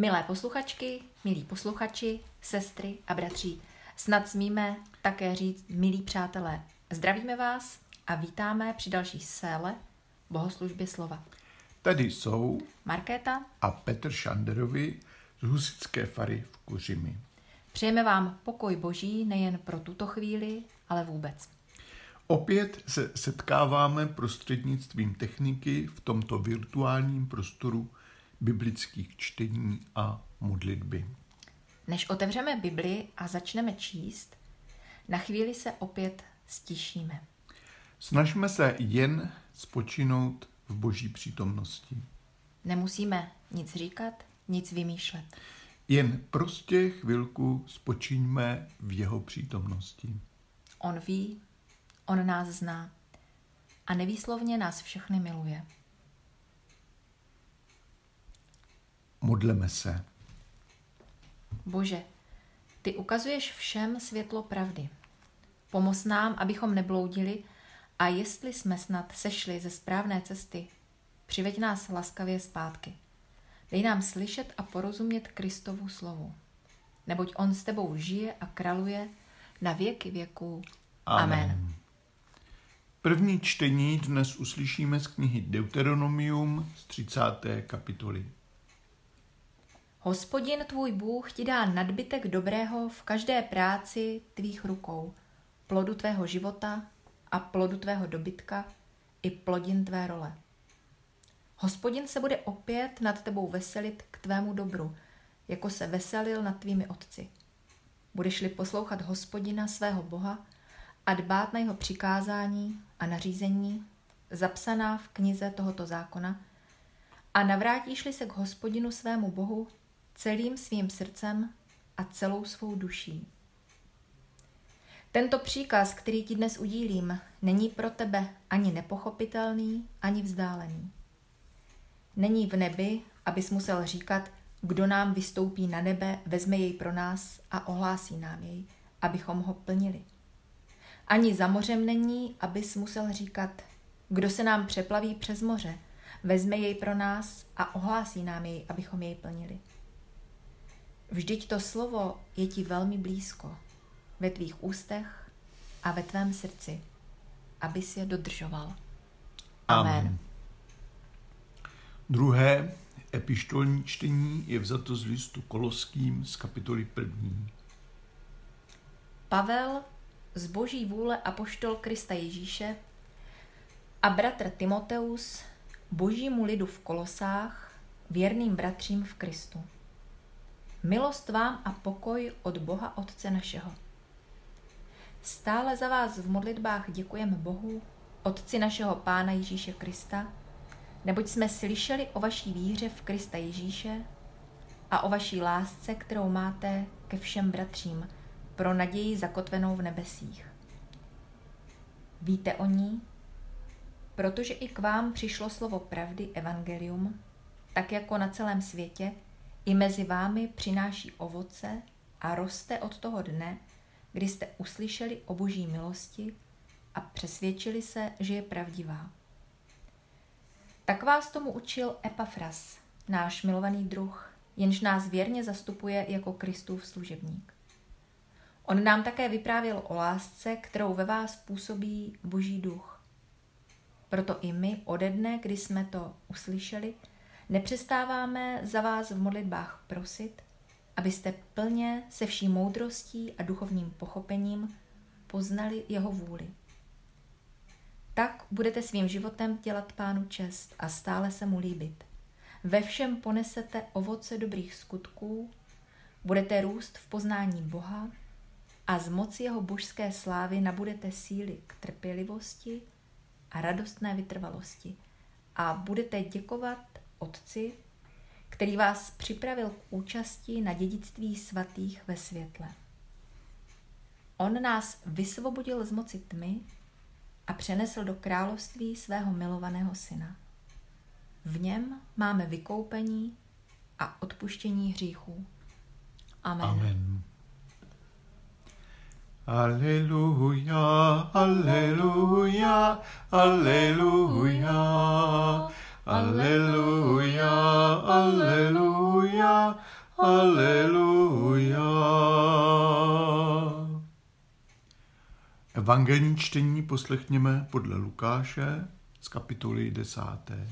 Milé posluchačky, milí posluchači, sestry a bratři, snad smíme také říct milí přátelé. Zdravíme vás a vítáme při další séle bohoslužbě slova. Tady jsou Markéta a Petr Šanderovi z Husitské fary v Kuřimi. Přejeme vám pokoj Boží nejen pro tuto chvíli, ale vůbec. Opět se setkáváme prostřednictvím techniky v tomto virtuálním prostoru biblických čtení a modlitby. Než otevřeme Bibli a začneme číst, na chvíli se opět stišíme. Snažme se jen spočinout v Boží přítomnosti. Nemusíme nic říkat, nic vymýšlet. Jen prostě chvilku spočiňme v jeho přítomnosti. On ví, on nás zná a nevýslovně nás všechny miluje. Modleme se. Bože, ty ukazuješ všem světlo pravdy. Pomoz nám, abychom nebloudili, a jestli jsme snad sešli ze správné cesty, přiveď nás laskavě zpátky. Dej nám slyšet a porozumět Kristovu slovu. Neboť on s tebou žije a králuje na věky věků. Amen. První čtení dnes uslyšíme z knihy Deuteronomium z 30. kapitoly. Hospodin tvůj Bůh ti dá nadbytek dobrého v každé práci tvých rukou, plodu tvého života a plodu tvého dobytka i plodin tvé role. Hospodin se bude opět nad tebou veselit k tvému dobru, jako se veselil nad tvými otci. Budeš-li poslouchat Hospodina svého Boha a dbát na jeho přikázání a nařízení, zapsaná v knize tohoto zákona, a navrátíš-li se k Hospodinu svému Bohu celým svým srdcem a celou svou duší. Tento příkaz, který ti dnes udílím, není pro tebe ani nepochopitelný, ani vzdálený. Není v nebi, abys musel říkat, kdo nám vystoupí na nebe, vezme jej pro nás a ohlásí nám jej, abychom ho plnili. Ani za mořem není, abys musel říkat, kdo se nám přeplaví přes moře, vezme jej pro nás a ohlásí nám jej, abychom jej plnili. Vždyť to slovo je ti velmi blízko, ve tvých ústech a ve tvém srdci, abys je dodržoval. Amen. Druhé epištolní čtení je vzato z listu Koloským z kapitoly 1. Pavel, z Boží vůle apoštol Krista Ježíše, a bratr Timoteus, Božímu lidu v Kolosách, věrným bratřím v Kristu. Milost vám a pokoj od Boha Otce našeho. Stále za vás v modlitbách děkujeme Bohu, Otci našeho Pána Ježíše Krista, neboť jsme slyšeli o vaší víře v Krista Ježíše a o vaší lásce, kterou máte ke všem bratřím, pro naději zakotvenou v nebesích. Víte o ní, protože i k vám přišlo slovo pravdy evangelium, tak jako na celém světě, i mezi vámi přináší ovoce a roste od toho dne, kdy jste uslyšeli o Boží milosti a přesvědčili se, že je pravdivá. Tak vás tomu učil Epafras, náš milovaný druh, jenž nás věrně zastupuje jako Kristův služebník. On nám také vyprávěl o lásce, kterou ve vás působí Boží duch. Proto i my ode dne, kdy jsme to uslyšeli, nepřestáváme za vás v modlitbách prosit, abyste plně se vší moudrostí a duchovním pochopením poznali jeho vůli. Tak budete svým životem dělat Pánu čest a stále se mu líbit. Ve všem ponesete ovoce dobrých skutků, budete růst v poznání Boha a z moci jeho božské slávy nabudete síly k trpělivosti a radostné vytrvalosti a budete děkovat Otci, který vás připravil k účasti na dědictví svatých ve světle. On nás vysvobodil z moci tmy a přenesl do království svého milovaného syna. V něm máme vykoupení a odpuštění hříchů. Amen. Amen. Aleluja, aleluja, aleluja, Aleluja, aleluja, aleluja. Evangelní čtení poslechněme podle Lukáše z kapitoly 10.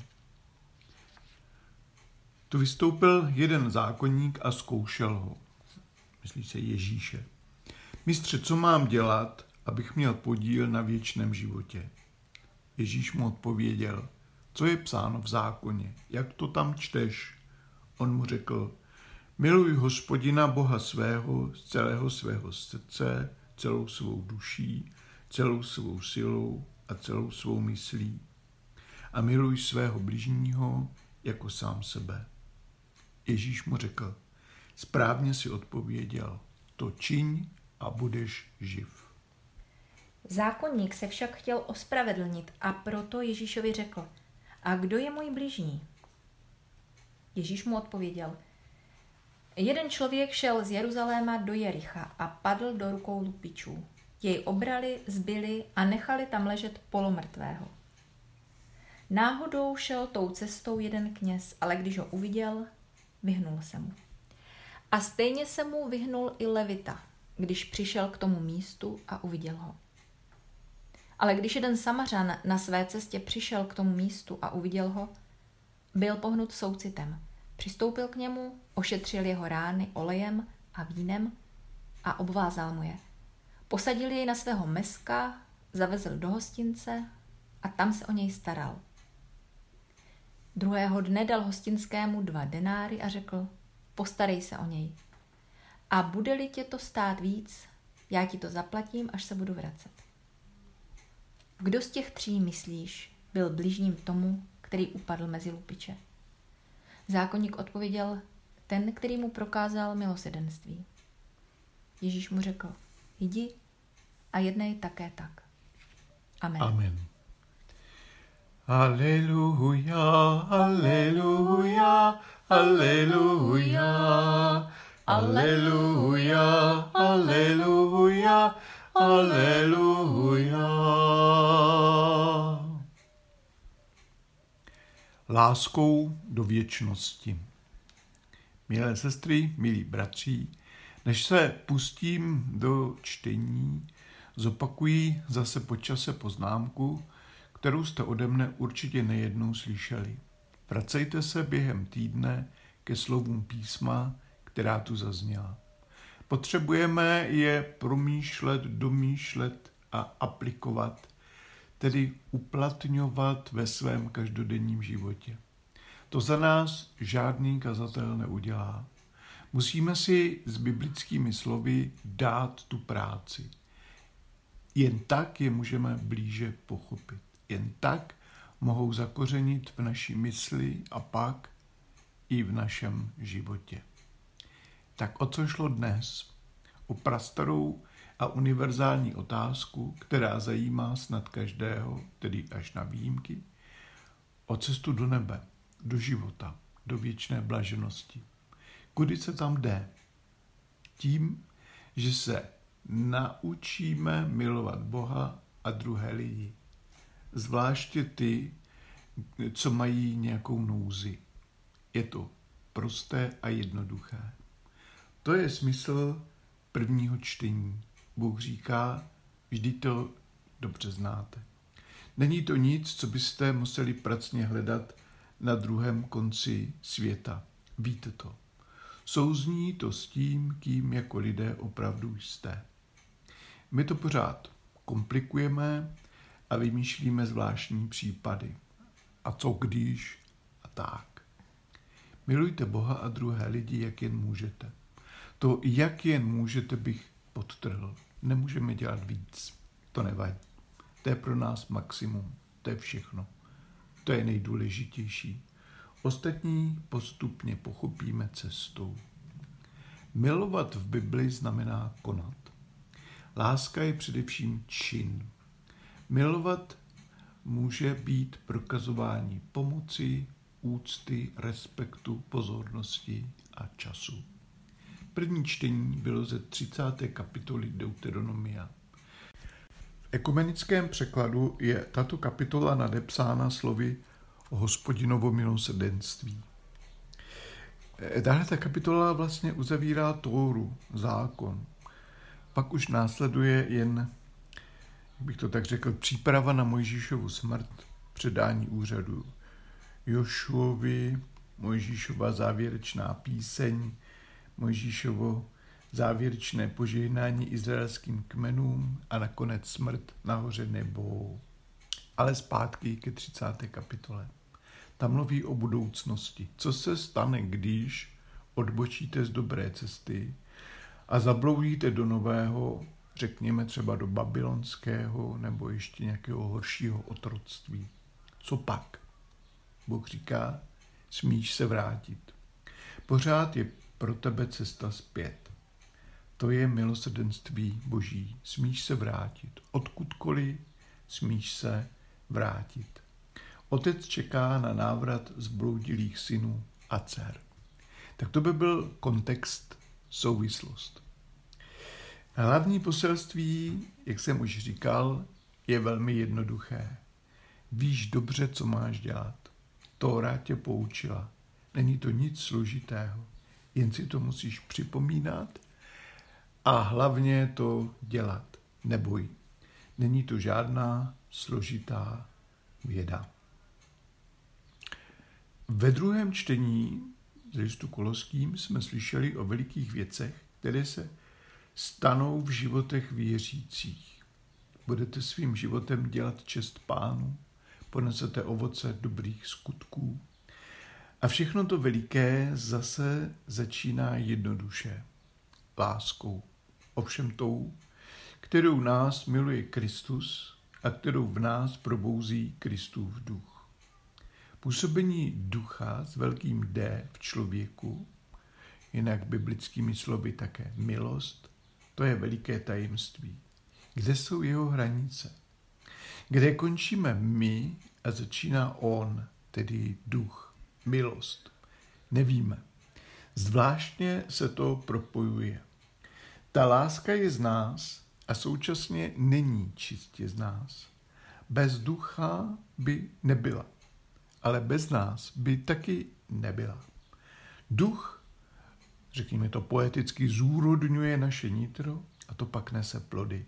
Tu vystoupil jeden zákonník a zkoušel ho. Myslí se Ježíše. Mistře, co mám dělat, abych měl podíl na věčném životě? Ježíš mu odpověděl, co je psáno v zákoně, jak to tam čteš? On mu řekl, miluj Hospodina Boha svého z celého svého srdce, celou svou duší, celou svou silou a celou svou myslí. A miluj svého bližního jako sám sebe. Ježíš mu řekl, správně si odpověděl, to čiň a budeš živ. Zákonník se však chtěl ospravedlnit a proto Ježíšovi řekl, a kdo je můj bližní? Ježíš mu odpověděl, jeden člověk šel z Jeruzaléma do Jericha a padl do rukou lupičů. Jej obrali, zbili a nechali tam ležet polomrtvého. Náhodou šel tou cestou jeden kněz, ale když ho uviděl, vyhnul se mu. A stejně se mu vyhnul i levita, když přišel k tomu místu a uviděl ho. Ale když jeden Samařan na své cestě přišel k tomu místu a uviděl ho, byl pohnut soucitem. Přistoupil k němu, ošetřil jeho rány olejem a vínem a obvázal mu je. Posadil jej na svého meska, zavezl do hostince a tam se o něj staral. Druhého dne dal hostinskému 2 denáry a řekl, postarej se o něj. A bude-li tě to stát víc, já ti to zaplatím, až se budu vracet. Kdo z těch 3 myslíš, byl bližním tomu, který upadl mezi lupiče? Zákonník odpověděl, ten, který mu prokázal milosrdenství. Ježíš mu řekl, jdi a jednej také tak. Amen. Amen. Aleluja, aleluja, aleluja, aleluja, aleluja, aleluja. Láskou do věčnosti. Milé sestry, milí bratři, než se pustím do čtení, zopakuji zase po čase poznámku, kterou jste ode mne určitě nejednou slyšeli. Vracejte se během týdne ke slovům písma, která tu zazněla. Potřebujeme je promýšlet, domýšlet a aplikovat, tedy uplatňovat ve svém každodenním životě. To za nás žádný kazatel neudělá. Musíme si s biblickými slovy dát tu práci. Jen tak je můžeme blíže pochopit. Jen tak mohou zakořenit v naší mysli a pak i v našem životě. Tak o co šlo dnes? O prastarou a univerzální otázku, která zajímá snad každého, tedy až na výjimky, o cestu do nebe, do života, do věčné blaženosti. Kudy se tam jde? Tím, že se naučíme milovat Boha a druhé lidi. Zvláště ty, co mají nějakou nouzi. Je to prosté a jednoduché. To je smysl prvního čtení. Bůh říká, vždyť to dobře znáte. Není to nic, co byste museli pracně hledat na druhém konci světa. Víte to. Souzní to s tím, kým jako lidé opravdu jste. My to pořád komplikujeme a vymýšlíme zvláštní případy. A co když? A tak. Milujte Boha a druhé lidi, jak jen můžete. To, jak jen můžete, bych podtrhl. Nemůžeme dělat víc. To nevadí. To je pro nás maximum. To je všechno. To je nejdůležitější. Ostatní postupně pochopíme cestou. Milovat v Bibli znamená konat. Láska je především čin. Milovat může být prokazování pomoci, úcty, respektu, pozornosti a času. První čtení bylo ze 30. kapitoly Deuteronomia. V ekumenickém překladu je tato kapitola nadepsána slovy o Hospodinovo milosrdenství. Tahle ta kapitola vlastně uzavírá Tóru, zákon. Pak už následuje jen, jak bych to tak řekl, příprava na Mojžíšovu smrt, předání úřadu Jošuovi, Mojžíšova závěrečná píseň, Mojžíšovo závěrečné požehnání izraelským kmenům a nakonec smrt nahoře Nebo. Ale zpátky ke 30. kapitole. Tam mluví o budoucnosti. Co se stane, když odbočíte z dobré cesty a zabloudíte do nového, řekněme třeba do babylonského nebo ještě nějakého horšího otroctví. Co pak? Bůh říká, smíš se vrátit. Pořád je pro tebe cesta zpět. To je milosrdenství Boží. Smíš se vrátit. Odkudkoliv smíš se vrátit. Otec čeká na návrat zbloudilých synů a dcer. Tak to by byl kontext, souvislost. Hlavní poselství, jak jsem už říkal, je velmi jednoduché. Víš dobře, co máš dělat. Tóra tě poučila. Není to nic složitého. Jen si to musíš připomínat a hlavně to dělat. Neboj. Není to žádná složitá věda. Ve druhém čtení z listu Koloským jsme slyšeli o velikých věcech, které se stanou v životech věřících. Budete svým životem dělat čest Pánu, ponesete ovoce dobrých skutků. A všechno to veliké zase začíná jednoduše. Láskou. Ovšem tou, kterou nás miluje Kristus a kterou v nás probouzí Kristův duch. Působení ducha s velkým D v člověku, jinak biblickými slovy také milost, to je veliké tajemství. Kde jsou jeho hranice? Kde končíme my a začíná on, tedy duch, milost? Nevíme. Zvláštně se to propojuje. Ta láska je z nás a současně není čistě z nás. Bez ducha by nebyla, ale bez nás by taky nebyla. Duch, řekněme to poeticky, zúrodňuje naše nitro a to pak nese plody.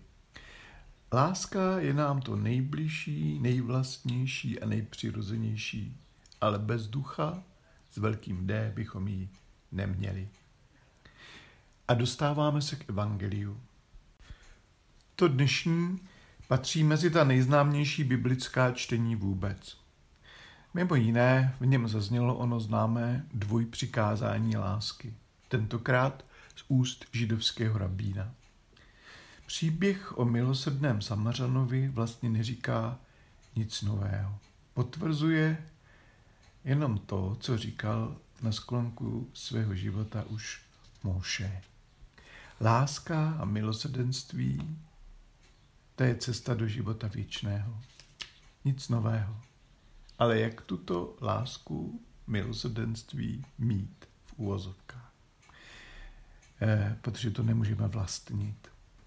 Láska je nám to nejbližší, nejvlastnější a nejpřirozenější, ale bez ducha s velkým D bychom ji neměli. A dostáváme se k evangeliu. To dnešní patří mezi ta nejznámější biblická čtení vůbec. Mimo jiné v něm zaznělo ono známé dvojpřikázání lásky, tentokrát z úst židovského rabína. Příběh o milosrdném Samařanovi vlastně neříká nic nového. Potvrzuje jenom to, co říkal na sklonku svého života už Móše. Láska a milosrdenství, to je cesta do života věčného. Nic nového. Ale jak tuto lásku, milosrdenství mít v uvozovkách? Protože to nemůžeme vlastnit.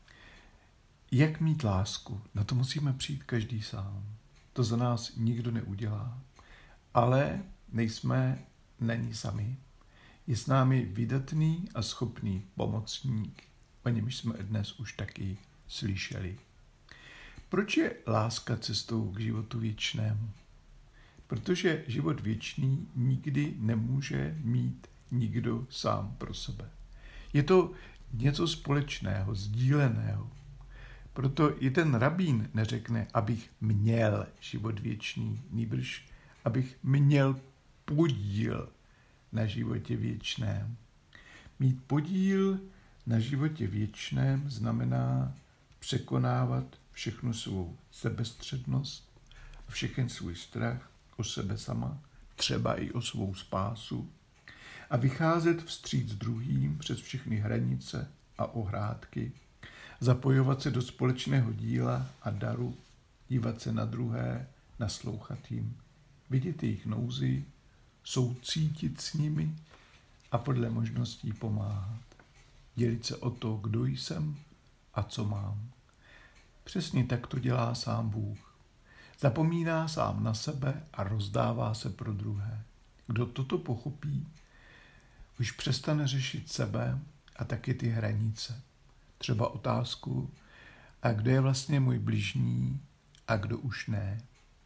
Jak mít lásku? Na to musíme přijít každý sám. To za nás nikdo neudělá. Ale nejsme na ní sami. Je s námi vydatný a schopný pomocník. O němž jsme dnes už taky slyšeli. Proč je láska cestou k životu věčnému? Protože život věčný nikdy nemůže mít nikdo sám pro sebe. Je to něco společného, sdíleného. Proto i ten rabín neřekne, abych měl život věčný, nýbrž abych měl podíl na životě věčném. Mít podíl na životě věčném znamená překonávat všechnu svou sebestřednost, všechen svůj strach o sebe sama, třeba i o svou spásu, a vycházet vstříc druhým přes všechny hranice a ohrádky, zapojovat se do společného díla a daru, dívat se na druhé, naslouchat jim, vidět jejich nouzi, soucítit s nimi a podle možností pomáhat. Dělit se o to, kdo jsem a co mám. Přesně tak to dělá sám Bůh. Zapomíná sám na sebe a rozdává se pro druhé. Kdo toto pochopí, už přestane řešit sebe a taky ty hranice. Třeba otázku, a kdo je vlastně můj bližní a kdo už ne.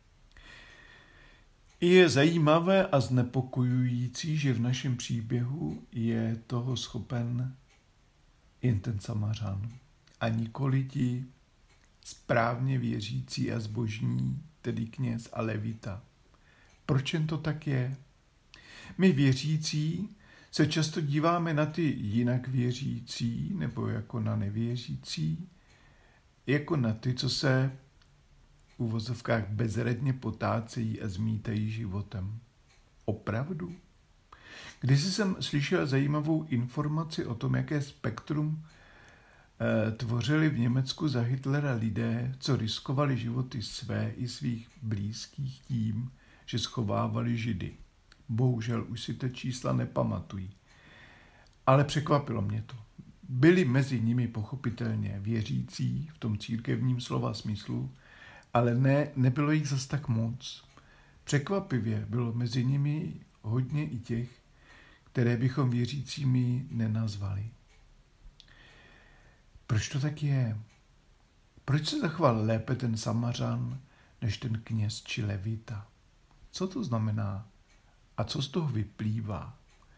Je zajímavé a znepokojující, že v našem příběhu je toho schopen jen ten Samařan a nikoli ti správně věřící a zbožní, tedy kněz a levita. Proč jen to tak je? My věřící se často díváme na ty jinak věřící nebo jako na nevěřící, jako na ty, co se v uvozovkách bezradně potácejí a zmítají životem. Opravdu? Kdysi jsem slyšel zajímavou informaci o tom, jaké spektrum tvořili v Německu za Hitlera lidé, co riskovali životy své i svých blízkých tím, že schovávali Židy. Bohužel už si ta čísla nepamatují. Ale překvapilo mě to. Byli mezi nimi pochopitelně věřící v tom církevním slova smyslu, ale nebylo jich zas tak moc. Překvapivě bylo mezi nimi hodně i těch, které bychom věřícími nenazvali. Proč to tak je? Proč se zachoval lépe ten Samařan, než ten kněz či levita? Co to znamená? A co z toho vyplývá?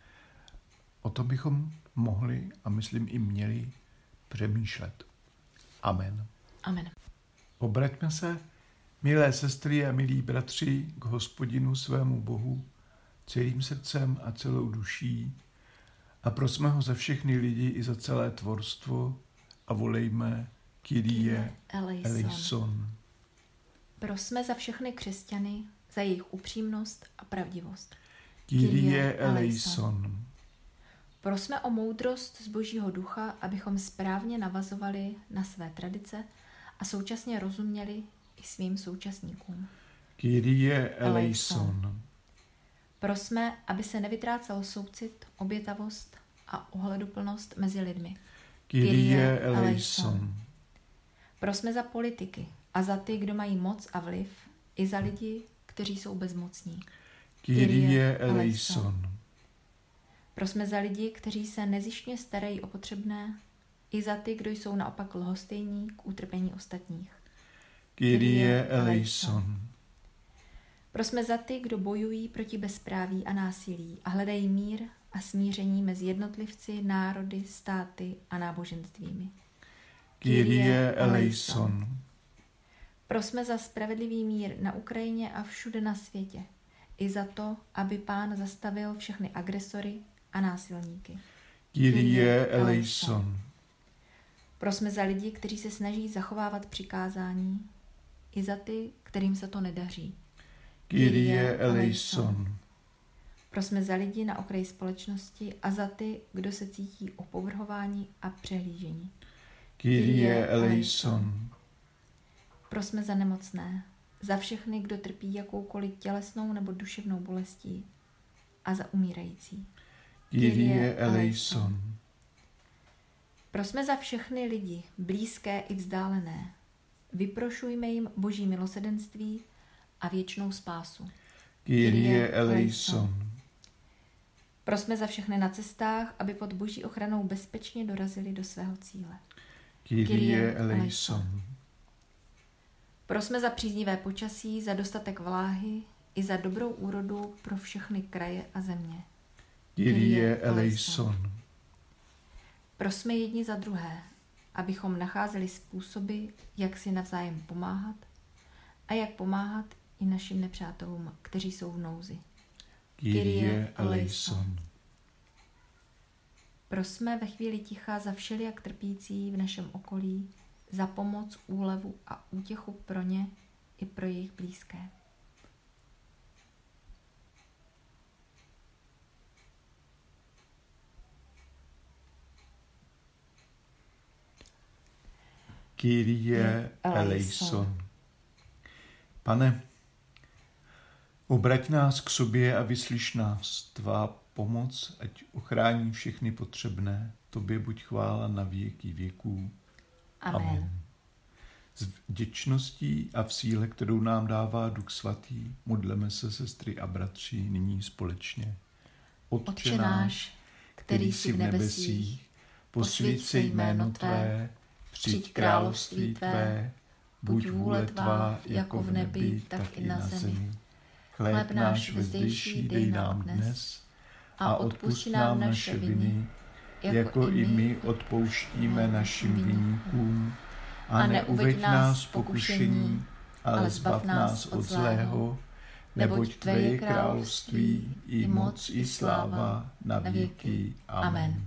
O tom bychom mohli a myslím i měli přemýšlet. Amen. Amen. Obraťme se, milé sestry a milí bratři, k Hospodinu svému Bohu celým srdcem a celou duší a prosme ho za všechny lidi i za celé tvorstvo a volejme Kyrie eleison. Prosme za všechny křesťany, za jejich upřímnost a pravdivost. Kyrie eleison. Prosme o moudrost z Božího ducha, abychom správně navazovali na své tradice a současně rozuměli i svým současníkům. Kyrie eleison. Prosme, aby se nevytrácel soucit, obětavost a ohleduplnost mezi lidmi. Kyrie eleison. Prosme za politiky a za ty, kdo mají moc a vliv, i za lidi, kteří jsou bezmocní. Kyrie eleison. Prosme za lidi, kteří se nezištně starají o potřebné, i za ty, kdo jsou naopak lhostejní k utrpení ostatních. Kyrie eleison. Prosme za ty, kdo bojují proti bezpráví a násilí a hledají mír a smíření mezi jednotlivci, národy, státy a náboženstvími. Kyrie eleison. Prosme za spravedlivý mír na Ukrajině a všude na světě. I za to, aby Pán zastavil všechny agresory a násilníky. Kyrie eleison. Prosme za lidi, kteří se snaží zachovávat přikázání. I za ty, kterým se to nedaří. Kyrie eleison. Prosme za lidi na okraji společnosti a za ty, kdo se cítí opovrhováni a přehlížení. Kyrie eleison. Prosme za nemocné, za všechny, kdo trpí jakoukoliv tělesnou nebo duševnou bolestí a za umírající. Kyrie eleison. Prosme za všechny lidi, blízké i vzdálené. Vyprošujme jim Boží milosrdenství a věčnou spásu. Kyrie eleison. Prosme za všechny na cestách, aby pod Boží ochranou bezpečně dorazili do svého cíle. Kyrie eleison. Prosme za příznivé počasí, za dostatek vláhy i za dobrou úrodu pro všechny kraje a země. Kyrie eleison. Prosme jedni za druhé, abychom nacházeli způsoby, jak si navzájem pomáhat a jak pomáhat i našim nepřátelům, kteří jsou v nouzi. Kyrie eleison. Prosme ve chvíli ticha za všelijak trpící v našem okolí, za pomoc, úlevu a útěchu pro ně i pro jejich blízké. Kyrie eleison. Pane, obrať nás k sobě a vyslyš nás. Tvá pomoc, ať ochrání všechny potřebné. Tobě buď chvála na věky věků. Amen. S vděčností a v síle, kterou nám dává Duch Svatý, modleme se, sestry a bratři, nyní společně. Otče náš, který jsi v nebesích, posvěť se jméno Tvé, přijď království Tvé, buď vůle Tvá jako v nebi, tak i na zemi. Chléb náš vezdejší dej nám dnes a odpusť nám naše viny, jako i my odpouštíme našim viníkům. A neuveď nás v pokušení, ale zbav nás od zlého, neboť Tvé je království, i moc, i sláva, na věky. Amen.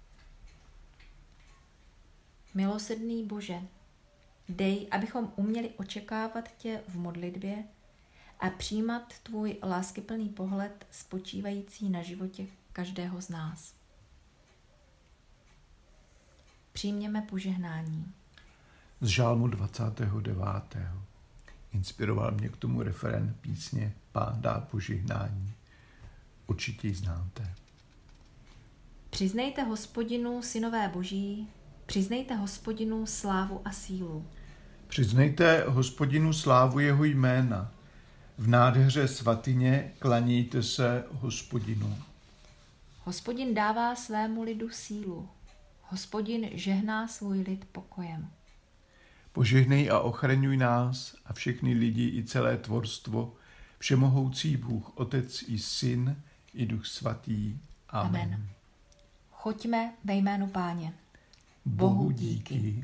Milosrdný Bože, dej, abychom uměli očekávat Tě v modlitbě a přijímat Tvůj láskyplný pohled spočívající na životě každého z nás. Přijměme požehnání. Z žálmu 29. Inspiroval mě k tomu referén písně Pán dá požehnání. Určitě ji znáte. Přiznejte Hospodinu, synové boží, přiznejte Hospodinu slávu a sílu. Přiznejte Hospodinu slávu jeho jména. V nádheře svatyně klanějte se Hospodinu. Hospodin dává svému lidu sílu. Hospodin žehná svůj lid pokojem. Požehnej a ochraňuj nás a všechny lidi i celé tvorstvo, všemohoucí Bůh, Otec i Syn i Duch Svatý. Amen. Choďme ve jménu Páně. Bohu díky.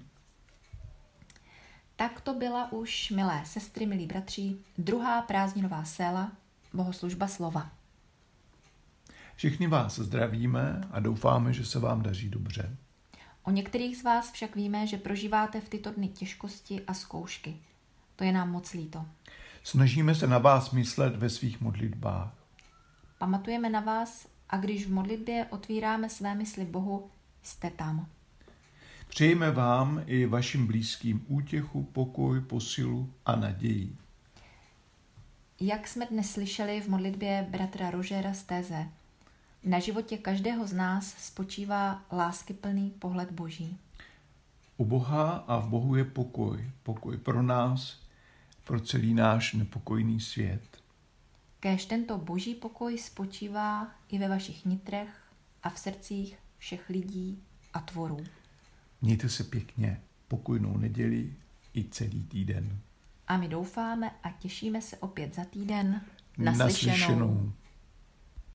Tak to byla už, milé sestry, milí bratři, druhá prázdninová séla, bohoslužba slova. Všichni vás zdravíme a doufáme, že se vám daří dobře. O některých z vás však víme, že prožíváte v tyto dny těžkosti a zkoušky. To je nám moc líto. Snažíme se na vás myslet ve svých modlitbách. Pamatujeme na vás a když v modlitbě otvíráme své mysli Bohu, jste tam. Přejeme vám i vašim blízkým útěchu, pokoj, posilu a naději. Jak jsme dnes slyšeli v modlitbě bratra Rožera z Téze, na životě každého z nás spočívá láskyplný pohled Boží. U Boha a v Bohu je pokoj. Pokoj pro nás, pro celý náš nepokojný svět. Kéž tento Boží pokoj spočívá i ve vašich nitrech a v srdcích všech lidí a tvorů. Mějte se pěkně, pokojnou neděli i celý týden. A my doufáme a těšíme se opět za týden. Naslyšenou.